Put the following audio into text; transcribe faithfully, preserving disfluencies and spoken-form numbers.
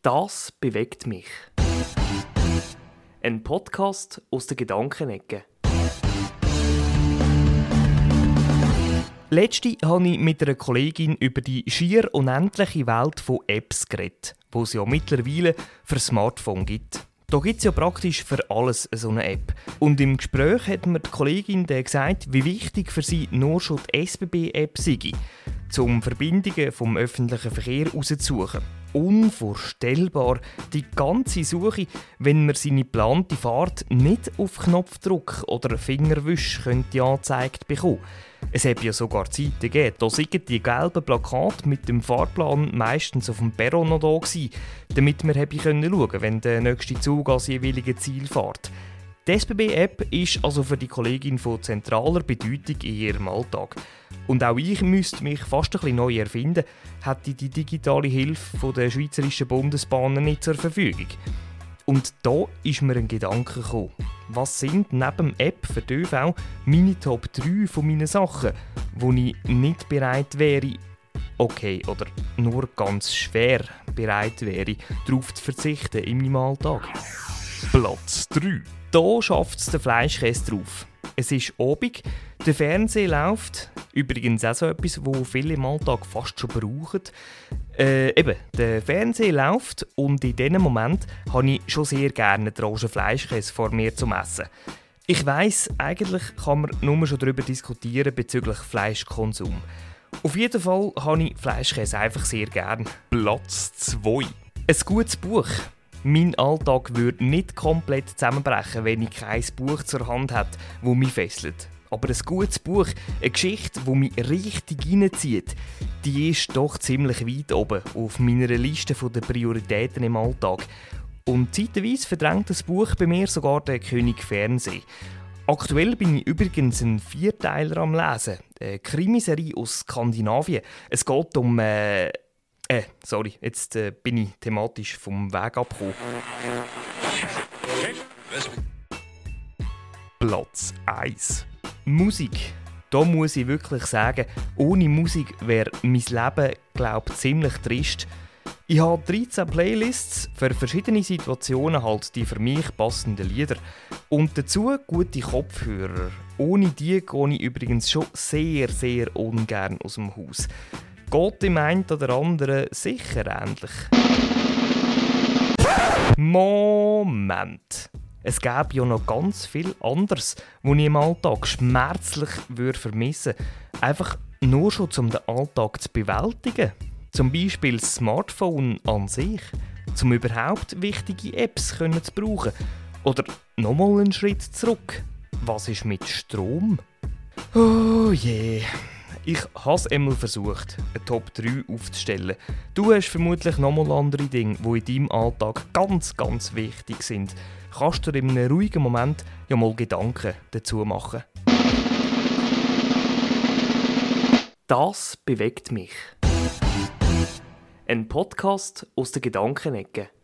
Das bewegt mich. Ein Podcast aus der Gedankenecke. Letzte habe ich mit einer Kollegin über die schier unendliche Welt von Apps geredet, die es ja mittlerweile für Smartphone gibt. Da gibt es ja praktisch für alles so eine App. Und im Gespräch hat mir die Kollegin gesagt, wie wichtig für sie nur schon die S B B-App sei, um Verbindungen vom öffentlichen Verkehr herauszusuchen. Unvorstellbar, die ganze Suche, wenn man seine geplante Fahrt nicht auf Knopfdruck oder Fingerwisch könnte angezeigt bekommen. Es hat ja sogar Zeiten gegeben, da waren die gelben Plakate mit dem Fahrplan meistens auf dem Perron noch da gewesen, damit wir schauen konnten, wenn der nächste Zug ans jeweilige Ziel fährt. Die S B B-App ist also für die Kollegin von zentraler Bedeutung in ihrem Alltag. Und auch ich müsste mich fast ein bisschen neu erfinden, hätte die digitale Hilfe von der Schweizerischen Bundesbahnen nicht zur Verfügung. Und da ist mir ein Gedanke gekommen. Was sind neben der App für die ÖV meine Top drei von meinen Sachen, wo ich nicht bereit wäre, okay, oder nur ganz schwer bereit wäre, darauf zu verzichten in meinem Alltag? Platz drei. Hier schafft es der Fleischkäse drauf. Es ist Abend, der Fernseher läuft, übrigens auch so etwas, das viele im Alltag fast schon brauchen. Äh, eben, der Fernseher läuft und in diesem Moment habe ich schon sehr gerne den rohen Fleischkäse vor mir zum Essen. Ich weiss, eigentlich kann man nur schon darüber diskutieren bezüglich Fleischkonsum. Auf jeden Fall habe ich Fleischkäse einfach sehr gerne. Platz zwei. Ein gutes Buch. Mein Alltag würde nicht komplett zusammenbrechen, wenn ich kein Buch zur Hand hätte, das mich fesselt. Aber ein gutes Buch, eine Geschichte, die mich richtig reinzieht, die ist doch ziemlich weit oben auf meiner Liste der Prioritäten im Alltag. Und zeitweise verdrängt das Buch bei mir sogar den König Fernsehen. Aktuell bin ich übrigens ein Vierteiler am Lesen, eine Krimiserie aus Skandinavien. Es geht um... Äh, Äh, sorry, jetzt äh, bin ich thematisch vom Weg abgekommen. Platz eins. Musik. Da muss ich wirklich sagen, ohne Musik wäre mein Leben, glaube ich, ziemlich trist. Ich habe dreizehn Playlists für verschiedene Situationen, halt die für mich passenden Lieder. Und dazu gute Kopfhörer. Ohne die gehe ich übrigens schon sehr, sehr ungern aus dem Haus. Geht dem einen oder anderen sicher ähnlich. Moment! Es gäbe ja noch ganz viel anderes, was ich im Alltag schmerzlich vermissen würde. Einfach nur schon, um den Alltag zu bewältigen. Zum Beispiel das Smartphone an sich. Um überhaupt wichtige Apps zu brauchen. Oder nochmal einen Schritt zurück. Was ist mit Strom? Oh je. Ich habe es einmal versucht, eine Top drei aufzustellen. Du hast vermutlich noch mal andere Dinge, die in deinem Alltag ganz, ganz wichtig sind. Kannst du dir in einem ruhigen Moment ja mal Gedanken dazu machen. Das bewegt mich. Ein Podcast aus der Gedankenecke.